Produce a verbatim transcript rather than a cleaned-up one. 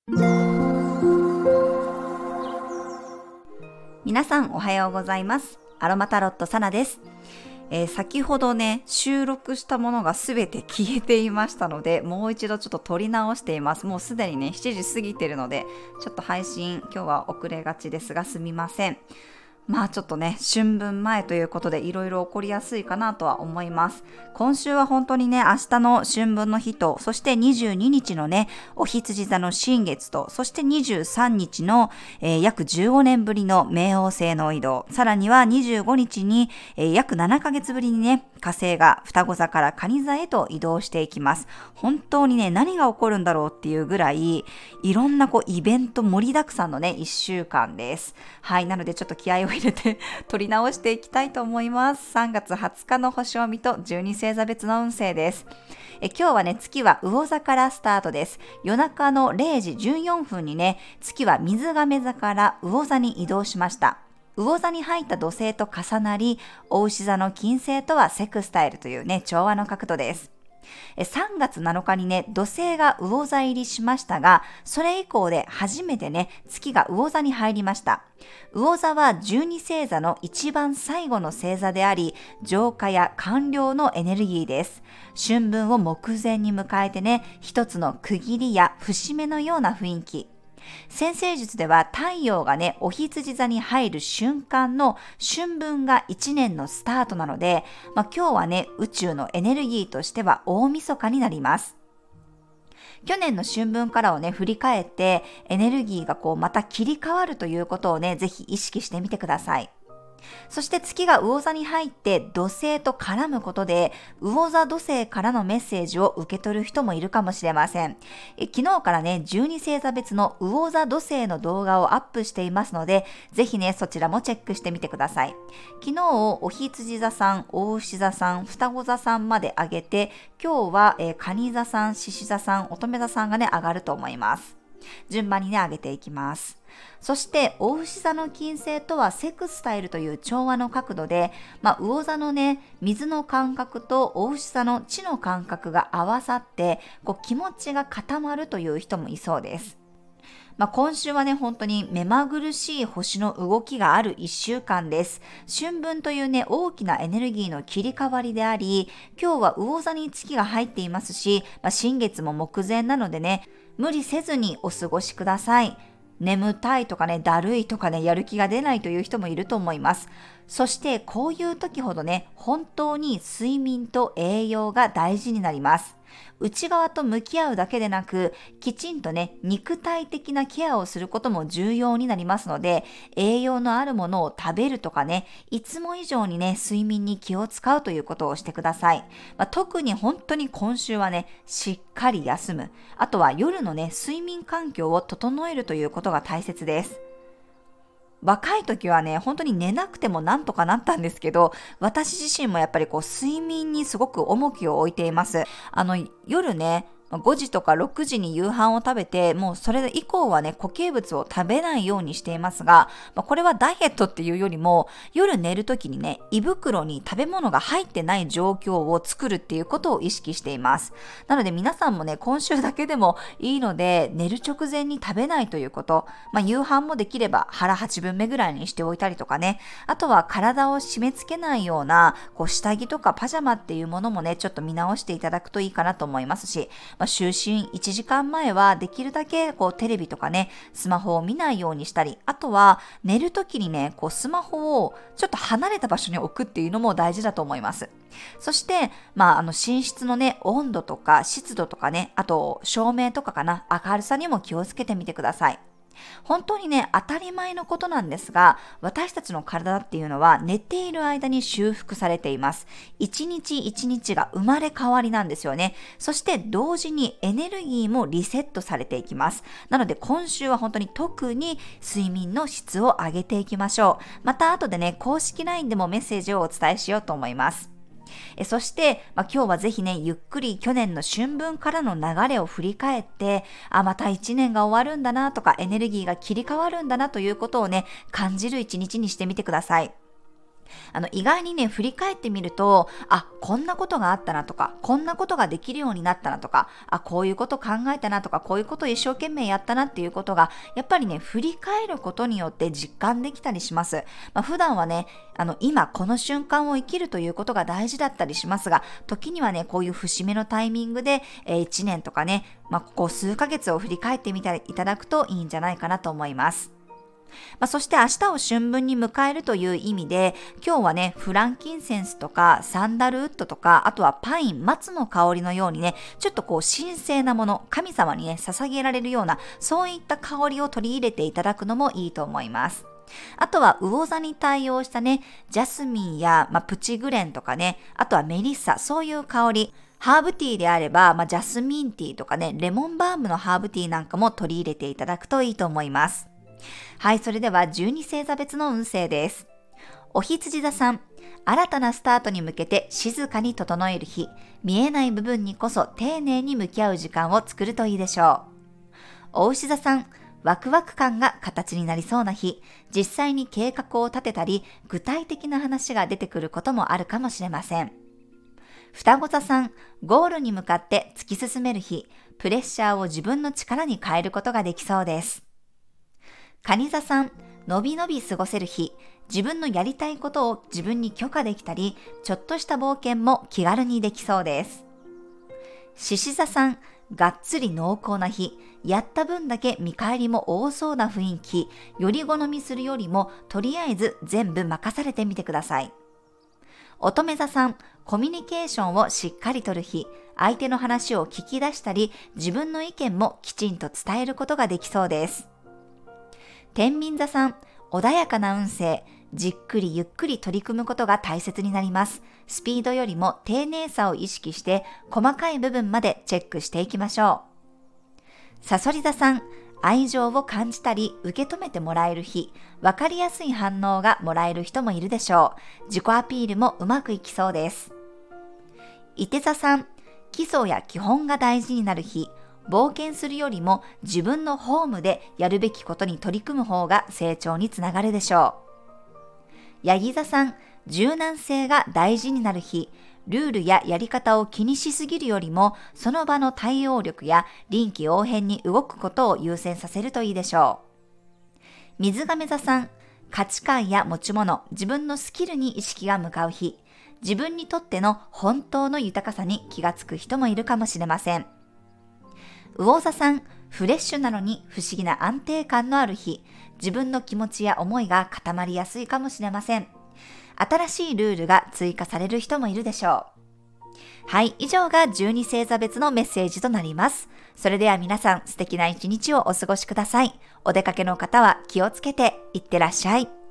皆さんおはようございます。アロマタロットサナです。えー、先ほどね収録したものがすべて消えていましたので、もう一度ちょっと撮り直しています。もうすでにねしちじ過ぎてるので、ちょっと配信今日は遅れがちですがすみません。まあちょっとね春分前ということでいろいろ起こりやすいかなとは思います。今週は本当にね明日の春分の日と、そしてにじゅうににちのねお羊座の新月と、そしてにじゅうさんにちの、えー、約じゅうごねんぶりの冥王星の移動、さらにはにじゅうごにちに、えー、約ななかげつぶりにね火星が双子座から蟹座へと移動していきます。本当にね何が起こるんだろうっていうぐらいいろんなこうイベント盛りだくさんのねいっしゅうかんです。はい、なのでちょっと気合を入れて撮り直していきたいと思います。さんがつはつかの星を見とじゅうに星座別の運勢です。え今日はね月は魚座からスタートです。夜中のれいじじゅうよんぷんにね月は水亀座から魚座に移動しました。魚座に入った土星と重なり、牡牛座の金星とはセクスタイルというね調和の角度です。さんがつなのかにね土星が魚座入りしましたが、それ以降で初めてね月が魚座に入りました。魚座はじゅうに星座の一番最後の星座であり、浄化や完了のエネルギーです。春分を目前に迎えてね一つの区切りや節目のような雰囲気。占星術では太陽がねお羊座に入る瞬間の春分がいちねんのスタートなので、まあ、今日はね宇宙のエネルギーとしては大晦日になります。去年の春分からをね振り返って、エネルギーがこうまた切り替わるということをねぜひ意識してみてください。そして月が魚座に入って土星と絡むことで、魚座土星からのメッセージを受け取る人もいるかもしれません。え昨日からねじゅうに星座別の魚座土星の動画をアップしていますので、ぜひねそちらもチェックしてみてください。昨日お羊座さん、牡牛座さん、双子座さんまで上げて、今日は、えー、蟹座さん、獅子座さん、乙女座さんがね上がると思います。順番にね上げていきます。そして牡牛座の金星とはセクスタイルという調和の角度で、まあ、魚座のね水の感覚と牡牛座の地の感覚が合わさって、こう気持ちが固まるという人もいそうです。まあ、今週はね本当に目まぐるしい星の動きがあるいっしゅうかんです。春分というね大きなエネルギーの切り替わりであり、今日は魚座に月が入っていますし、まあ、新月も目前なのでね無理せずにお過ごしください。眠たいとかね、だるいとかね、やる気が出ないという人もいると思います。そしてこういう時ほどね、本当に睡眠と栄養が大事になります。内側と向き合うだけでなく、きちんとね、肉体的なケアをすることも重要になりますので、栄養のあるものを食べるとかね、いつも以上にね、睡眠に気を使うということをしてください。まあ、特に本当に今週はね、しっかり休む。あとは夜のね、睡眠環境を整えるということが大切です。若い時はね、本当に寝なくてもなんとかなったんですけど、私自身もやっぱりこう睡眠にすごく重きを置いています。あの夜ね、ごじとかろくじに夕飯を食べて、もうそれ以降はね、固形物を食べないようにしていますが、これはダイエットっていうよりも、夜寝るときにね、胃袋に食べ物が入ってない状況を作るっていうことを意識しています。なので皆さんもね、今週だけでもいいので、寝る直前に食べないということ、まあ、夕飯もできれば腹はちぶんめぐらいにしておいたりとかね、あとは体を締め付けないような、こう下着とかパジャマっていうものもね、ちょっと見直していただくといいかなと思いますし、まあ、就寝いちじかんまえはできるだけこうテレビとかねスマホを見ないようにしたり、あとは寝るときにねこうスマホをちょっと離れた場所に置くっていうのも大事だと思います。そしてまああの寝室のね温度とか湿度とかね、あと照明とかかな、明るさにも気をつけてみてください。本当にね当たり前のことなんですが、私たちの体っていうのは寝ている間に修復されています。一日一日が生まれ変わりなんですよね。そして同時にエネルギーもリセットされていきます。なので今週は本当に特に睡眠の質を上げていきましょう。また後でね公式 ライン でもメッセージをお伝えしようと思います。えそして、まあ、今日はぜひね、ゆっくり去年の春分からの流れを振り返って、あ、また一年が終わるんだなとか、エネルギーが切り替わるんだなということをね、感じる一日にしてみてください。 あの意外にね振り返ってみると、あ、こんなことがあったなとか、こんなことができるようになったなとか、あ、こういうこと考えたなとか、こういうことを一生懸命やったなっていうことがやっぱりね振り返ることによって実感できたりします。まあ、普段はねあの今この瞬間を生きるということが大事だったりしますが、時にはねこういう節目のタイミングで、えー、いちねんとかね、まあ、ここ数ヶ月を振り返ってみていただくといいんじゃないかなと思います。まあ、そして明日を春分に迎えるという意味で、今日はねフランキンセンスとかサンダルウッドとか、あとはパイン、松の香りのようにね、ちょっとこう神聖なもの、神様にね捧げられるような、そういった香りを取り入れていただくのもいいと思います。あとは魚座に対応したねジャスミンや、まあ、プチグレンとかね、あとはメリッサ、そういう香り、ハーブティーであれば、まあ、ジャスミンティーとかね、レモンバームのハーブティーなんかも取り入れていただくといいと思います。はい、それではじゅうに星座別の運勢です。お羊座さん、新たなスタートに向けて静かに整える日、見えない部分にこそ丁寧に向き合う時間を作るといいでしょう。お牛座さん、ワクワク感が形になりそうな日、実際に計画を立てたり、具体的な話が出てくることもあるかもしれません。双子座さん、ゴールに向かって突き進める日、プレッシャーを自分の力に変えることができそうです。蟹座さん、のびのび過ごせる日、自分のやりたいことを自分に許可できたり、ちょっとした冒険も気軽にできそうです。獅子座さん、がっつり濃厚な日、やった分だけ見返りも多そうな雰囲気、より好みするよりも、とりあえず全部任されてみてください。乙女座さん、コミュニケーションをしっかりとる日、相手の話を聞き出したり、自分の意見もきちんと伝えることができそうです。天秤座さん、穏やかな運勢、じっくりゆっくり取り組むことが大切になります。スピードよりも丁寧さを意識して、細かい部分までチェックしていきましょう。さそり座さん、愛情を感じたり受け止めてもらえる日、わかりやすい反応がもらえる人もいるでしょう。自己アピールもうまくいきそうです。いて座さん、基礎や基本が大事になる日、冒険するよりも自分のホームでやるべきことに取り組む方が成長につながるでしょう。ヤギ座さん、柔軟性が大事になる日、ルールややり方を気にしすぎるよりも、その場の対応力や臨機応変に動くことを優先させるといいでしょう。水亀座さん、価値観や持ち物、自分のスキルに意識が向かう日、自分にとっての本当の豊かさに気がつく人もいるかもしれません。魚座さん、フレッシュなのに不思議な安定感のある日、自分の気持ちや思いが固まりやすいかもしれません。新しいルールが追加される人もいるでしょう。はい、以上がじゅうに星座別のメッセージとなります。それでは皆さん、素敵な一日をお過ごしください。お出かけの方は気をつけていってらっしゃい。